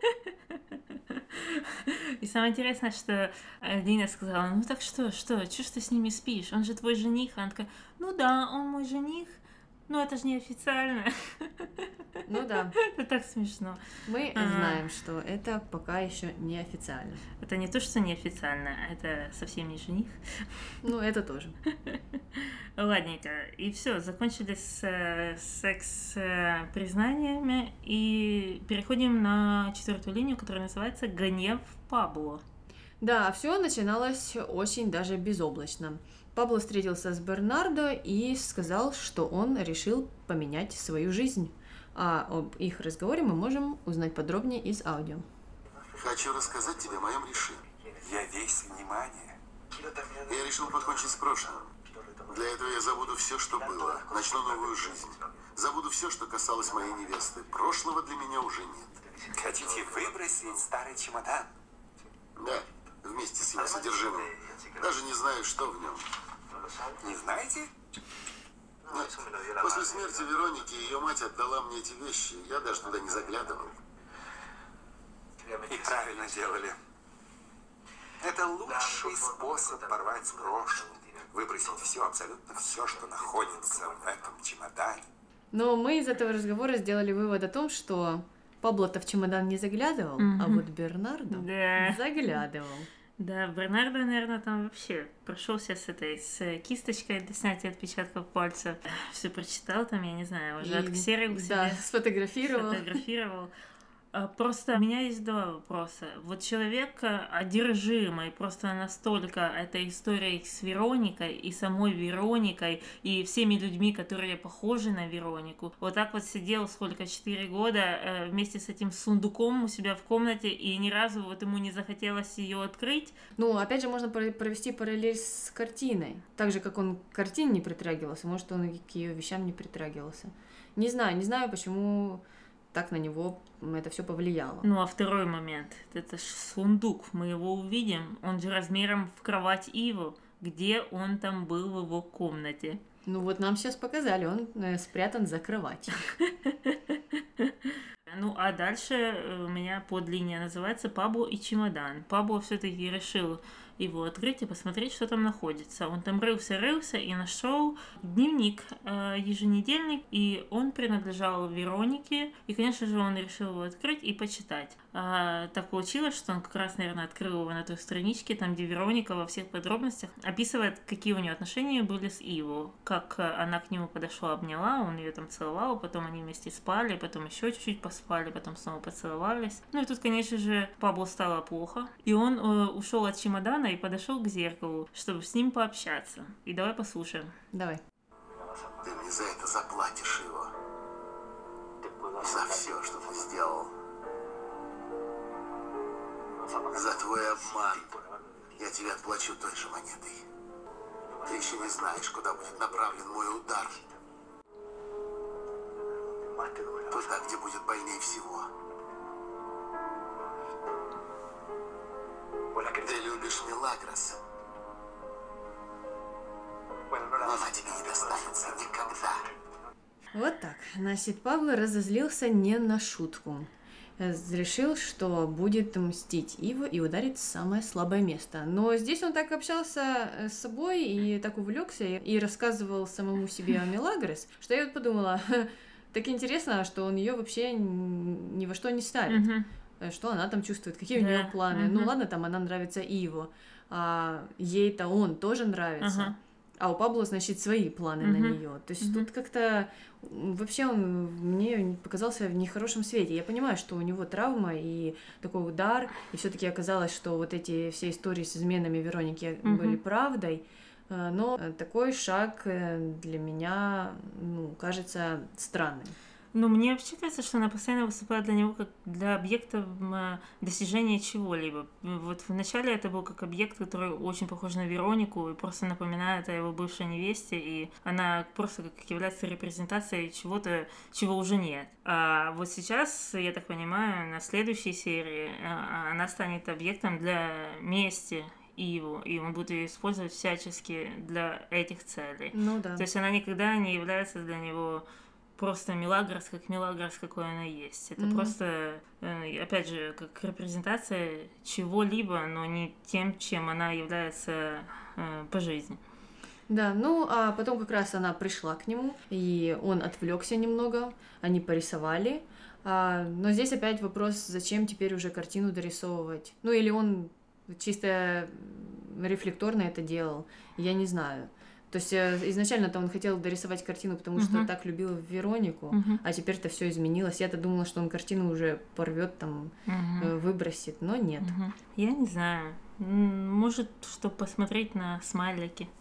И самое интересное, что Лина сказала, ну так что, что, что ж ты с ними спишь? Он же твой жених. Она такая, ну да, он мой жених, но это же неофициально. Ну да. Это так смешно. Мы а. знаем, что это пока еще неофициально. Это не то, что неофициально, это совсем не жених. Ну, это тоже. Ладненько. И все, закончили с секс-признаниями и переходим на четвертую линию, которая называется «Гнев Пабло». Да, все начиналось очень даже безоблачно. Пабло встретился с Бернардо и сказал, что он решил поменять свою жизнь. А об их разговоре мы можем узнать подробнее из аудио. Хочу рассказать тебе о моем решении. Я весь внимание. Я решил покончить с прошлым. Для этого я забуду все, что было. Начну новую жизнь. Забуду все, что касалось моей невесты. Прошлого для меня уже нет. Хотите выбросить старый чемодан? Да, вместе с его содержимым. Даже не знаю, что в нем. Не знаете? Нет. После смерти Вероники ее мать отдала мне эти вещи. Я даже туда не заглядывал. И правильно делали. Это лучший способ порвать с прошлым. Выбросить все, абсолютно все, что находится в этом чемодане. Но мы из этого разговора сделали вывод о том, что Пабло-то в чемодан не заглядывал, mm-hmm. а вот Бернардо да. заглядывал. Да, Бернардо, наверное, там вообще прошелся с этой, с кисточкой для снятия отпечатков пальцев. Все прочитал там, я не знаю, уже отксерил себе. Да, сфотографировал. Сфотографировал. Просто у меня есть два вопроса. Вот человек одержимый просто настолько этой историей с Вероникой и самой Вероникой и всеми людьми, которые похожи на Веронику. Вот так вот сидел сколько, четыре года вместе с этим сундуком у себя в комнате и ни разу вот ему не захотелось ее открыть. Ну, опять же, можно провести параллель с картиной. Так же, как он к картине не притрагивался, может, он и к ее вещам не притрагивался. Не знаю, не знаю, почему... так на него это все повлияло. Ну, а второй момент. Это ж сундук. Мы его увидим. Он же размером в кровать Иву. Где он там был в его комнате? Ну, вот нам сейчас показали. Он э, спрятан за кроватью. Ну, а дальше у меня подлиния называется «Пабло и чемодан». Пабло все-таки решил его открыть и посмотреть, что там находится. Он там рылся-рылся и нашел дневник, э, еженедельник, и он принадлежал Веронике. И, конечно же, он решил его открыть и почитать. А, так получилось, что он как раз, наверное, открыл его на той страничке, там, где Вероника во всех подробностях описывает, какие у нее отношения были с Иво. Как она к нему подошла, обняла, он ее там целовал, потом они вместе спали, потом еще чуть-чуть поспали, потом снова поцеловались. Ну и тут, конечно же, Пабло стало плохо, и он э, ушел от чемодана и подошел к зеркалу, чтобы с ним пообщаться. И давай послушаем. Давай. Ты мне за это заплатишь его. За все, что ты сделал. За твой обман. Я тебе отплачу той же монетой. Ты еще не знаешь, куда будет направлен мой удар. Туда, где будет больнее всего. Ты любишь Милагрос. Но она тебе не достанется никогда. Вот так. Значит, Пабло разозлился не на шутку. Решил, что будет мстить Иву и ударить в самое слабое место. Но здесь он так общался с собой и так увлекся и рассказывал самому себе о Милагрос, что я вот подумала, так интересно, что он ее вообще ни во что не ставит. Mm-hmm. Что она там чувствует, какие yeah. у нее планы. Mm-hmm. Ну ладно, там она нравится Иву, а ей-то он тоже нравится. Uh-huh. А у Пабло, значит, свои планы mm-hmm. на нее. То есть mm-hmm. тут как-то вообще он мне показался в нехорошем свете. Я понимаю, что у него травма и такой удар, и все-таки оказалось, что вот эти все истории с изменами Вероники mm-hmm. были правдой. Но такой шаг для меня, ну, кажется странным. Ну, мне вообще кажется, что она постоянно выступает для него как для объекта достижения чего-либо. Вот вначале это был как объект, который очень похож на Веронику и просто напоминает о его бывшей невесте, и она просто как является репрезентацией чего-то, чего уже нет. А вот сейчас, я так понимаю, на следующей серии она станет объектом для мести Иву, и он будет ее использовать всячески для этих целей. Ну да. То есть она никогда не является для него просто Милагрос, как Милагрос, какой она есть. Это mm-hmm. просто, опять же, как репрезентация чего-либо, но не тем, чем она является э, по жизни. Да, ну а потом как раз она пришла к нему, и он отвлекся немного, они порисовали. А, но здесь опять вопрос, зачем теперь уже картину дорисовывать? Ну или он чисто рефлекторно это делал, я не знаю. То есть изначально-то он хотел дорисовать картину, потому что uh-huh. так любил Веронику, uh-huh. а теперь-то все изменилось. Я-то думала, что он картину уже порвет, там, uh-huh. выбросит, но нет. Uh-huh. Я не знаю. Может, чтобы посмотреть на смайлики.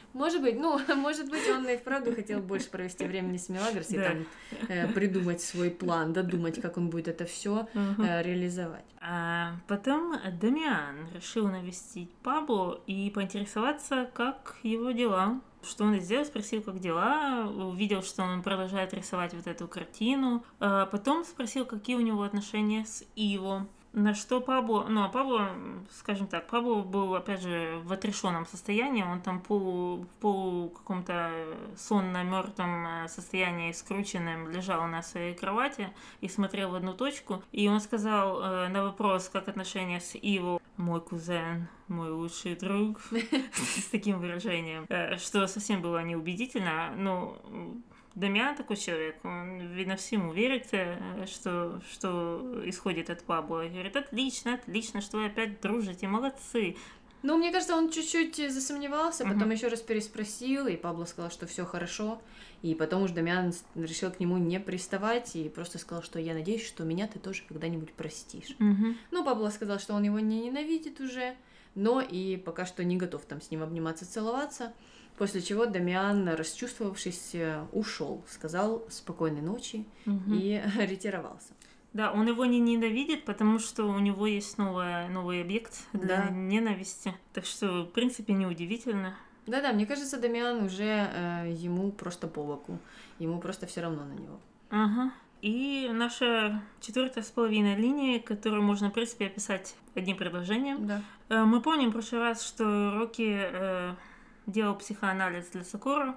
Может быть, ну, может быть, он и вправду хотел больше провести времени с Мелагрос и Да. там э, придумать свой план, додумать, как он будет это все э, реализовать. А потом Дамиан решил навестить Пабло и поинтересоваться, как его дела. Что он сделал, спросил, как дела, увидел, что он продолжает рисовать вот эту картину. А потом спросил, какие у него отношения с Иво. На что Пабло, ну а Пабло, скажем так, Пабло был, опять же, в отрешенном состоянии, он там полу, в полу каком-то сонно-мертвом состоянии, скрученным, лежал на своей кровати и смотрел в одну точку. И он сказал э, на вопрос, как отношения с Иво, мой кузен, мой лучший друг, с таким выражением, э, что совсем было неубедительно, но... Дамиан такой человек, он, видно, всему верит, что, что исходит от Пабло. И говорит, отлично, отлично, что вы опять дружите, молодцы. Ну, мне кажется, он чуть-чуть засомневался, Мгм. потом еще раз переспросил, и Пабло сказал, что все хорошо. И потом уж Дамиан решил к нему не приставать и просто сказал, что я надеюсь, что меня ты тоже когда-нибудь простишь. Мгм. Ну, Пабло сказал, что он его не ненавидит уже, но и пока что не готов там с ним обниматься, целоваться. После чего Дамиан, расчувствовавшись, ушел, сказал спокойной ночи Мгм. и ретировался. Да, он его не ненавидит, потому что у него есть новая, новый объект для Да. ненависти. Так что, в принципе, неудивительно. Да-да, мне кажется, Дамиан уже э, ему просто по боку, ему просто все равно на него. Ага. И наша четвертая с половиной линия, которую можно, в принципе, описать одним предложением. Да. Э, Мы помним в прошлый раз, что Рокки э, делал психоанализ для Сакуру,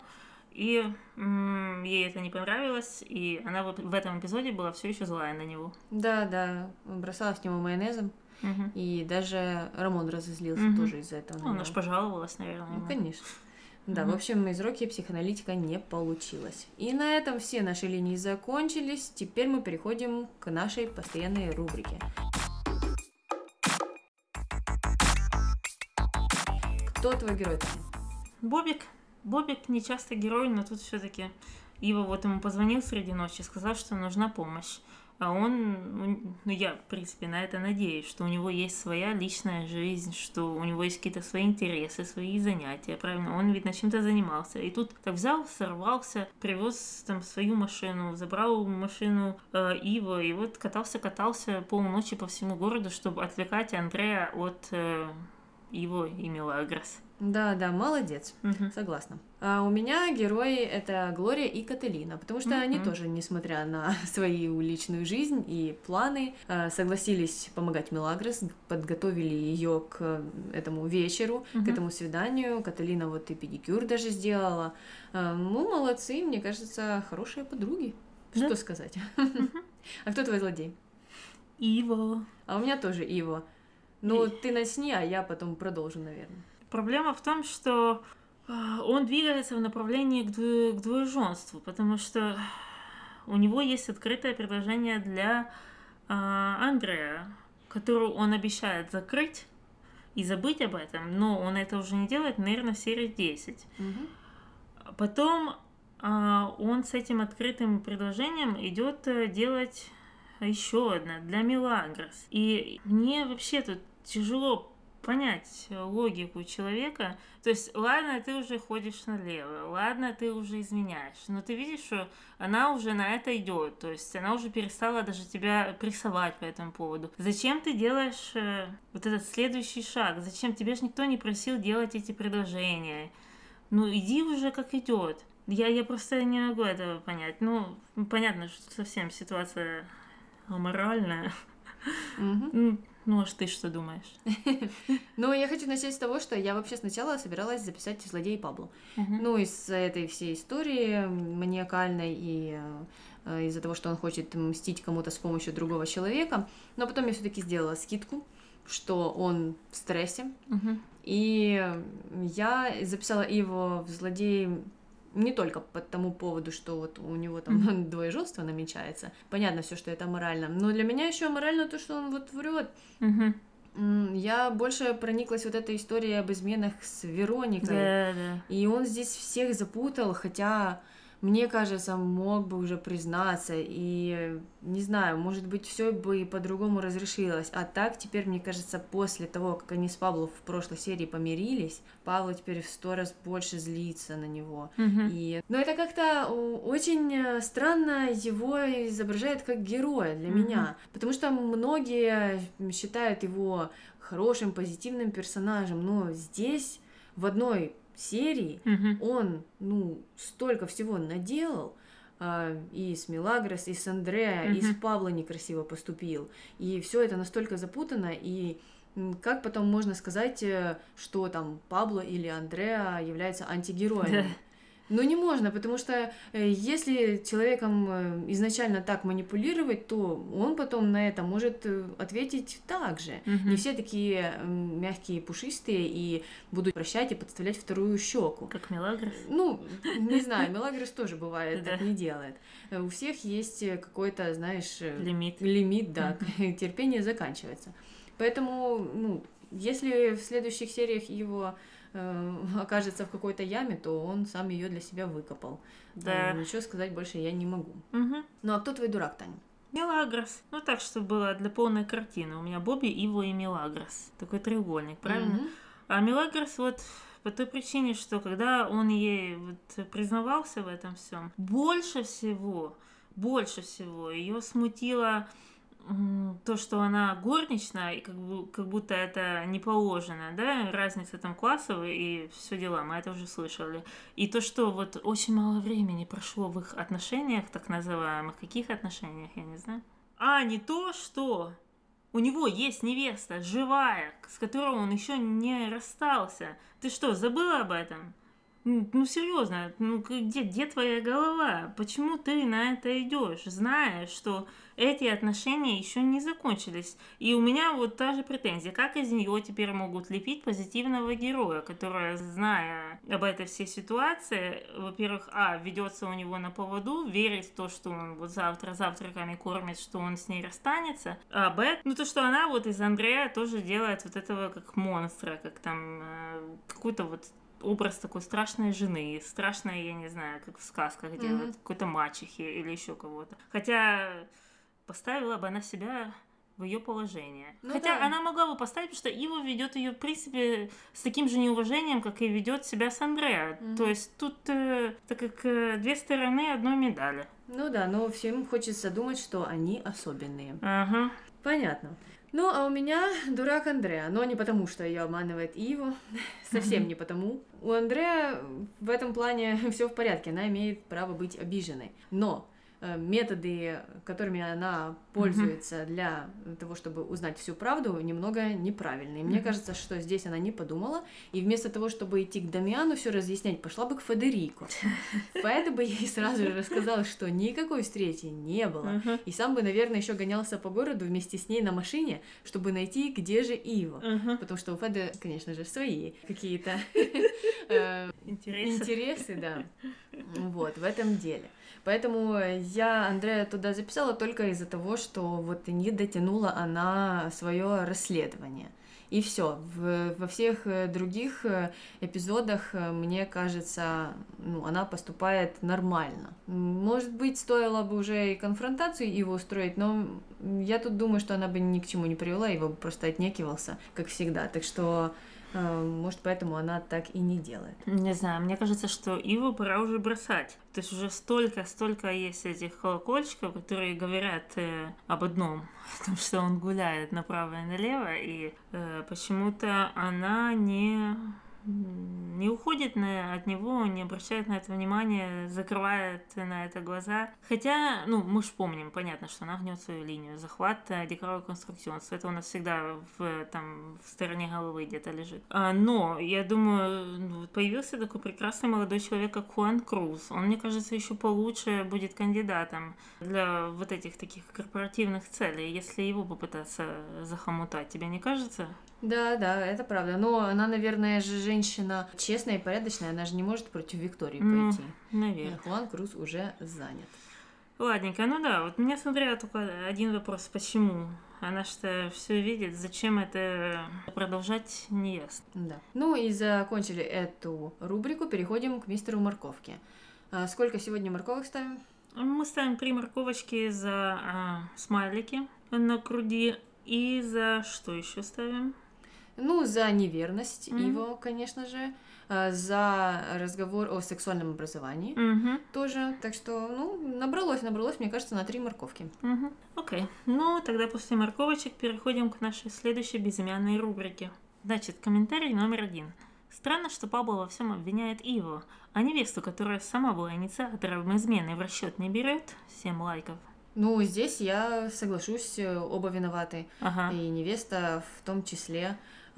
и м, ей это не понравилось, и она в, в этом эпизоде была все еще злая на него. Да-да, бросалась в него майонезом, Мгм. и даже Рамон разозлился Мгм. тоже из-за этого. на Ну, она него. ж пожаловалась, наверное. Ну, ему. конечно. Да, Мгм. в общем, из Рокки психоаналитика не получилось. И на этом все наши линии закончились. Теперь мы переходим к нашей постоянной рубрике. Кто твой герой, Таня? Бобик. Бобик не часто герой, но тут все-таки Ива вот ему позвонил среди ночи, сказал, что нужна помощь. А он, ну я, в принципе, на это надеюсь, что у него есть своя личная жизнь, что у него есть какие-то свои интересы, свои занятия, правильно? Он, видно, чем-то занимался. И тут так взял, сорвался, привез там свою машину, забрал машину э, Ива, и вот катался-катался полночи по всему городу, чтобы отвлекать Андрея от э, Иво и Мелагрос. Да, да, молодец. Мгм. Согласна. А у меня герои это Глория и Кателина, потому что они Мгм. тоже, несмотря на свою личную жизнь и планы, э, согласились помогать Мелагрос, подготовили ее к этому вечеру, к Мгм. этому свиданию. Кателина вот и педикюр даже сделала. Э, Ну, молодцы, мне кажется, хорошие подруги. Да. Что сказать? А кто твой злодей? Иво. А у меня тоже Иво. Ну, ты начни, а я потом продолжу, наверное. Проблема в том, что а, он двигается в направлении к, дву- к двоеженству, потому что у него есть открытое предложение для а, Андрея, которую он обещает закрыть и забыть об этом, но он это уже не делает, наверное, в серии десять. Мгм. Потом а, он с этим открытым предложением идет э, делать еще одно для Мелагрос. И мне вообще тут тяжело понять логику человека. То есть, ладно, ты уже ходишь налево, ладно, ты уже изменяешь, но ты видишь, что она уже на это идет, то есть она уже перестала даже тебя прессовать по этому поводу. Зачем ты делаешь э, вот этот следующий шаг? Зачем? Тебя же никто не просил делать эти предложения. Ну, иди уже как идет. Я, я просто не могу этого понять. Ну, понятно, что совсем ситуация аморальная. Мгм. Ну, ну, а ты что думаешь? Ну, я хочу начать с того, что я вообще сначала собиралась записать «Злодей Пабло». Мгм. Ну, из этой всей истории маниакальной и э, из-за того, что он хочет мстить кому-то с помощью другого человека. Но потом я все-таки сделала скидку, что он в стрессе. Мгм. И я записала его в «Злодей» не только по тому поводу, что вот у него там Мгм. двоеженство намечается. Понятно все, что это морально. Но для меня еще морально то, что он вот врет. Мгм. М, Я больше прониклась вот этой историей об изменах с Вероникой. Да, да. И он здесь всех запутал, хотя мне кажется, мог бы уже признаться, и, не знаю, может быть, все бы и по-другому разрешилось. А так, теперь, мне кажется, после того, как они с Пабло в прошлой серии помирились, Пабло теперь в сто раз больше злится на него. Mm-hmm. И... Но это как-то очень странно его изображает как героя для mm-hmm. меня, потому что многие считают его хорошим, позитивным персонажем, но здесь в одной серии mm-hmm. он, ну, столько всего наделал, а, и с Милагрос, и с Андреа, mm-hmm. и с Пабло некрасиво поступил, и все это настолько запутано, и как потом можно сказать, что там Пабло или Андреа являются антигероями? Yeah. Ну, не можно, потому что если человеком изначально так манипулировать, то он потом на это может ответить так же. Mm-hmm. Не все такие мягкие, пушистые и будут прощать и подставлять вторую щеку. Как Милагрос? Ну, не знаю, Милагрос тоже бывает, так не делает. У всех есть какой-то, знаешь... Лимит. Лимит, да, терпение заканчивается. Поэтому, ну, если в следующих сериях его... окажется в какой-то яме, то он сам ее для себя выкопал. Да. Ничего сказать больше я не могу. Угу. Ну а кто твой дурак, Таня? Милагрос. Ну так, чтобы было для полной картины. У меня Бобби, Иво и Милагрос. Такой треугольник, правильно? Угу. А Милагрос вот по той причине, что когда он ей вот признавался в этом всем, больше всего, больше всего ее смутило то, что она горничная, и как, бы, как будто это не положено, да, разница там классовая и все дела, мы это уже слышали. И то, что вот очень мало времени прошло в их отношениях, так называемых, каких отношениях, я не знаю. А не то, что у него есть невеста, живая, с которой он еще не расстался. Ты что, забыла об этом? Ну, серьезно, ну где, где твоя голова? Почему ты на это идешь, зная, что эти отношения еще не закончились? И у меня вот та же претензия. Как из нее теперь могут лепить позитивного героя, который, зная об этой всей ситуации, во-первых, а, ведется у него на поводу, верит в то, что он вот завтра завтраками кормит, что он с ней расстанется, а, б, ну то, что она вот из Андрея тоже делает вот этого как монстра, как там э, какую-то вот образ такой страшной жены, страшной, я не знаю, как в сказках mm-hmm. делают, какой-то мачехи или еще кого-то. Хотя поставила бы она себя в ее положение. Ну, Хотя да. она могла бы поставить, потому что Иво ведет ее, в принципе, с таким же неуважением, как и ведет себя с Андреа. Mm-hmm. То есть тут э, так как э, две стороны одной медали. Ну да, но всем хочется думать, что они особенные. Ага. Понятно. Ну, а у меня дурак Андреа, но не потому, что ее обманывает Иво, совсем не потому. У Андреа в этом плане все в порядке, она имеет право быть обиженной. Но э, методы, которыми она пользуется для того, чтобы узнать всю правду, немного неправильные. Мне кажется, что здесь она не подумала, и вместо того, чтобы идти к Дамиану все разъяснять, пошла бы к Федерико. Федо бы ей сразу же рассказал, что никакой встречи не было. И сам бы, наверное, еще гонялся по городу вместе с ней на машине, чтобы найти, где же Иво. Потому что у Федо, конечно же, свои какие-то интересы, да. Вот, в этом деле. Поэтому я Андрея туда записала только из-за того, что вот не дотянула она свое расследование. И все. Во всех других эпизодах, мне кажется, ну, она поступает нормально. Может быть, стоило бы уже и конфронтацию его устроить, но я тут думаю, что она бы ни к чему не привела, его бы просто отнекивался, как всегда. Так что, может, поэтому она так и не делает. Не знаю, мне кажется, что Иву пора уже бросать. То есть уже столько-столько есть этих колокольчиков, которые говорят э, об одном, о том, что он гуляет направо и налево, и э, почему-то она не... не уходит на, от него, не обращает на это внимания, закрывает на это глаза. Хотя, ну, мы же помним, понятно, что она гнет свою линию. Захват декорового конструкционства. Это у нас всегда в, там, в стороне головы где-то лежит. А, но, я думаю, появился такой прекрасный молодой человек, как Хуан Круз. Он, мне кажется, еще получше будет кандидатом для вот этих таких корпоративных целей, если его попытаться захомутать. Тебе не кажется? Да, да, это правда. Но она, наверное, же женщина честная и порядочная, она же не может против Виктории ну, пойти. Наверное. Хуан Круз уже занят. Ладненько, ну да, вот меня смотрела только один вопрос, почему? Она что все видит, зачем это продолжать, не ясно. Да. Ну и закончили эту рубрику, переходим к мистеру Морковке. А сколько сегодня морковок ставим? Мы ставим три морковочки за а, смайлики на груди. И за что еще ставим? Ну, за неверность Mm-hmm. его, конечно же. За разговор о сексуальном образовании Mm-hmm. тоже. Так что, ну, набралось, набралось, мне кажется, на три морковки. Mm-hmm. Окей. Ну, тогда после морковочек переходим к нашей следующей безымянной рубрике. Значит, комментарий номер один. Странно, что Пабло во всем обвиняет Иву, а невесту, которая сама была инициатором измены, в расчет не берет. Семь лайков. Ну, здесь я соглашусь, оба виноваты. Ага. И невеста в том числе.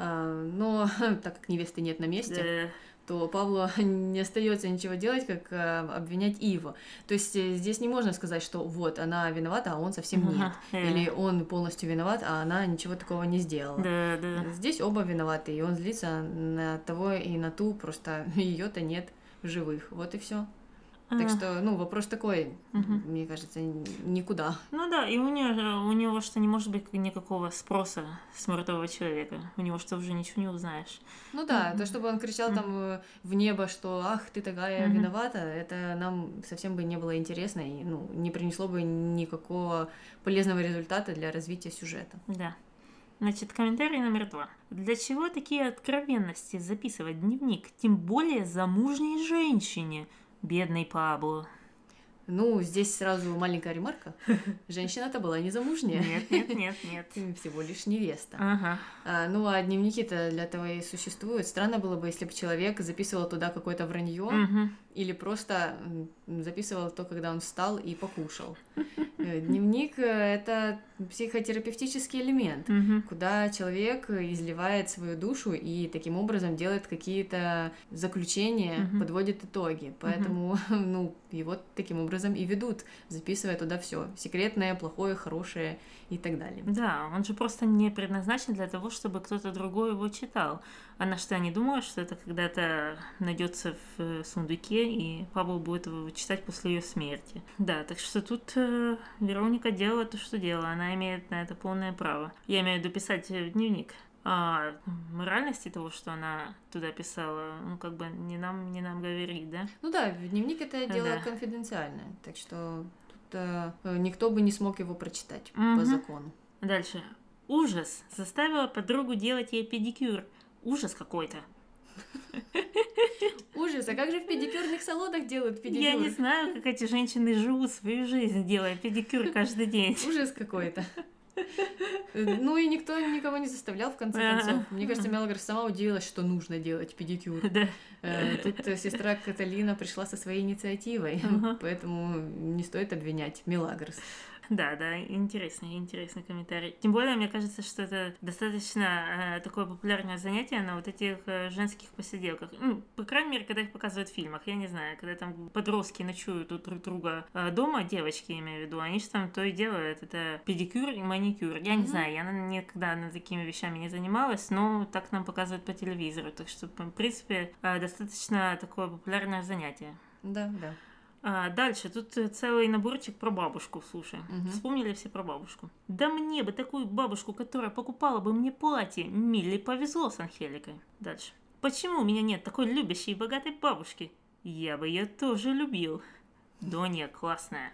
Но так как невесты нет на месте, Да. то Павлу не остается ничего делать, как обвинять Иву. То есть здесь не можно сказать, что вот она виновата, а он совсем нет. Ага. Или он полностью виноват, а она ничего такого не сделала. Да, да. Здесь оба виноваты, и он злится на того и на ту, просто ее-то нет в живых. Вот и все. Так что, ну, вопрос такой, Угу. мне кажется, никуда. Ну да, и у него, у него что не может быть никакого спроса с мертвого человека. У него что уже ничего не узнаешь. Ну да, то, чтобы он кричал там в небо, что «ах, ты такая Мгм. виновата», это нам совсем бы не было интересно и ну, не принесло бы никакого полезного результата для развития сюжета. Да. Значит, комментарий номер два. Для чего такие откровенности записывать в дневник, тем более замужней женщине? Бедный Пабло. Ну, здесь сразу маленькая ремарка. Женщина-то была незамужняя. Нет, нет, нет, нет. Всего лишь невеста. Ага. А, ну, а дневники-то для того и существуют. Странно было бы, если бы человек записывал туда какое-то вранье, Мгм. или просто м, записывал то, когда он встал и покушал. Э, Дневник — э, это психотерапевтический элемент, Мгм. куда человек изливает свою душу и таким образом делает какие-то заключения, Мгм. подводит итоги. Поэтому, ну, его таким образом и ведут, записывая туда все секретное, плохое, хорошее и так далее. Да, он же просто не предназначен для того, чтобы кто-то другой его читал. Она что, не думала, что это когда-то найдется в сундуке, и Пабло будет его читать после ее смерти. Да, так что тут э, Вероника делала то, что делала. Она имеет на это полное право. Я имею в виду писать в дневник. А моральности того, что она туда писала, ну, как бы не нам, не нам говорить, да? Ну да, дневник — это дело Да. конфиденциальное, так что тут э, никто бы не смог его прочитать по Мгм. закону. Дальше. Ужас. Заставила подругу делать ей педикюр. Ужас какой-то. Ужас, а как же в педикюрных салонах делают педикюр? Я не знаю, как эти женщины живут свою жизнь, делая педикюр каждый день. Ужас какой-то. Ну и никто никого не заставлял, в конце концов. Мне кажется, Мелагрос сама удивилась, что нужно делать педикюр. Да. Э, Тут э, сестра Каталина пришла со своей инициативой, Ага. поэтому не стоит обвинять Мелагрос. Да, да, интересный, интересный комментарий. Тем более, мне кажется, что это достаточно э, такое популярное занятие на вот этих э, женских посиделках. Ну, по крайней мере, когда их показывают в фильмах. Я не знаю, когда там подростки ночуют у друг друга э, дома, девочки, имею в виду, они же там то и делают. Это педикюр и маникюр. Я не Мгм. знаю, я на- никогда над такими вещами не занималась, но так нам показывают по телевизору. Так что, в принципе, э, достаточно такое популярное занятие. Да, да. А, дальше, тут э, целый наборчик про бабушку, слушай. Мгм. Вспомнили все про бабушку. Да мне бы такую бабушку, которая покупала бы мне платье. Милли повезло с Анхеликой. Дальше. Почему у меня нет такой любящей и богатой бабушки? Я бы ее тоже любил. Доня классная.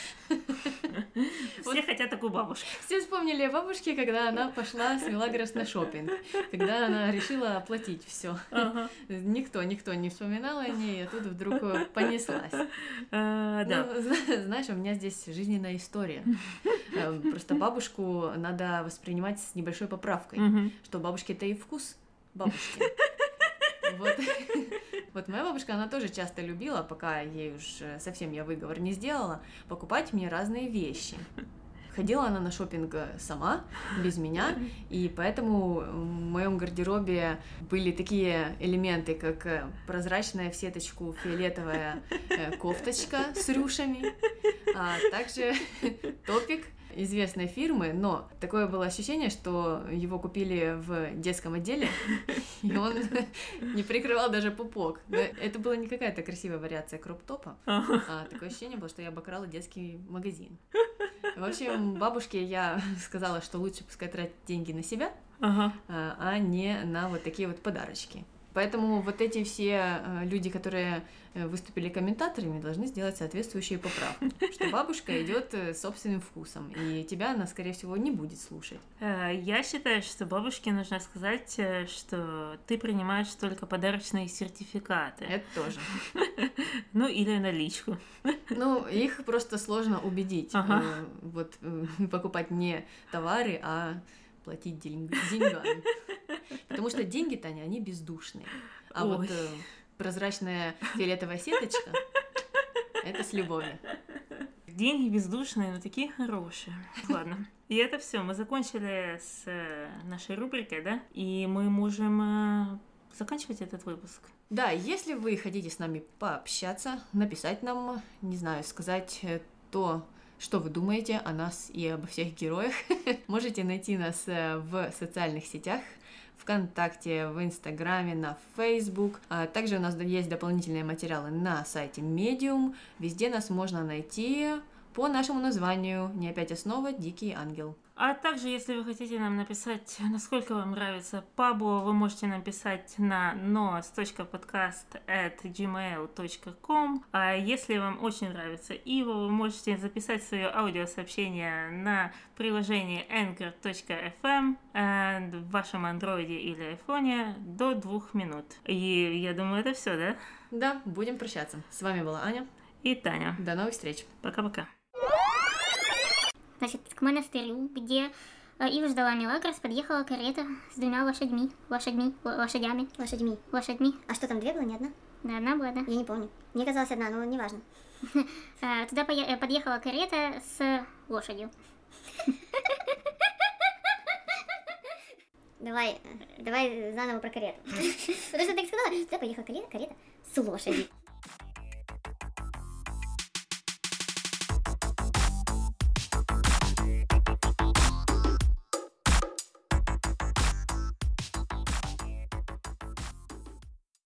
Все хотят такую бабушку. Все вспомнили о бабушке, когда она пошла с Мелагрос на шопинг, когда она решила оплатить все. Ага. Никто, никто не вспоминал о ней, а тут вдруг э, понеслась. А, Да. Ну, зна- знаешь, у меня здесь жизненная история. Э, Просто бабушку надо воспринимать с небольшой поправкой, Мгм. что у бабушки-то и вкус бабушки. Вот. Вот моя бабушка, она тоже часто любила, пока ей уж э, совсем я выговор не сделала, покупать мне разные вещи. Ходила она на шопинг сама, без меня, и поэтому в моем гардеробе были такие элементы, как э, прозрачная в сеточку фиолетовая э, кофточка с рюшами, а также топик известной фирмы, но такое было ощущение, что его купили в детском отделе, и он не прикрывал даже пупок. Но это была не какая-то красивая вариация кроп-топа, а такое ощущение было, что я обокрала детский магазин. В общем, бабушке я сказала, что лучше пускай тратить деньги на себя, Ага. а а не на вот такие вот подарочки. Поэтому вот эти все э, люди, которые э, выступили комментаторами, должны сделать соответствующие поправки, что бабушка идет э, собственным вкусом, и тебя она, скорее всего, не будет слушать. Я считаю, что бабушке нужно сказать, что ты принимаешь только подарочные сертификаты. Это тоже. Ну, или наличку. Ну, их просто сложно убедить. Ага. э, Вот э, покупать не товары, а платить деньг- деньгами. Потому что деньги, Таня, они бездушные. А Ой. вот э, прозрачная фиолетовая сеточка — это с любовью. Деньги бездушные, но такие хорошие. Ладно. И это все. Мы закончили с э, нашей рубрикой, да? И мы можем э, заканчивать этот выпуск. Да, если вы хотите с нами пообщаться, написать нам, не знаю, сказать э, то, что вы думаете о нас и обо всех героях, можете найти нас э, в социальных сетях, ВКонтакте, в Инстаграме, на Фейсбук. А также у нас есть дополнительные материалы на сайте Medium. Везде нас можно найти по нашему названию «Не опять основа. Дикий ангел». А также, если вы хотите нам написать, насколько вам нравится Пабло, вы можете нам писать на ноас точка подкаст эт джимейл точка ком. А если вам очень нравится Ива, вы можете записать свое аудиосообщение на приложении энкор точка эф эм э, в вашем андроиде или айфоне до двух минут. И я думаю, это все, да? Да, будем прощаться. С вами была Аня. И Таня. До новых встреч. Пока-пока. Значит, к монастырю, где э, Ива ждала Мелагрос, подъехала карета с двумя лошадьми. Лошадьми. л- Лошадями. Лошадьми. Лошадьми. А что там, две было, не одна? Да, одна была, да. Я не помню. Мне казалось одна, но неважно. Э, Туда пое- э, подъехала карета с лошадью. Давай, э, давай заново про карету. Потому что ты так сказала, туда поехала карета, карета с лошадью.